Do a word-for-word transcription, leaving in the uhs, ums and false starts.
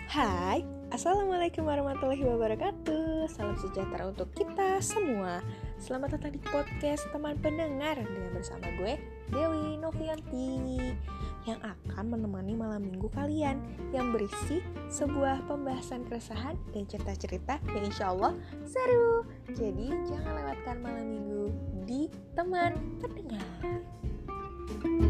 Hai, Assalamualaikum warahmatullahi wabarakatuh. Salam sejahtera untuk kita semua. Selamat datang di podcast teman pendengar dengan bersama gue, Dewi Novianti, yang akan menemani malam minggu kalian, yang berisi sebuah pembahasan keresahan dan cerita-cerita yang insya Allah seru. Jadi jangan lewatkan malam minggu di teman pendengar.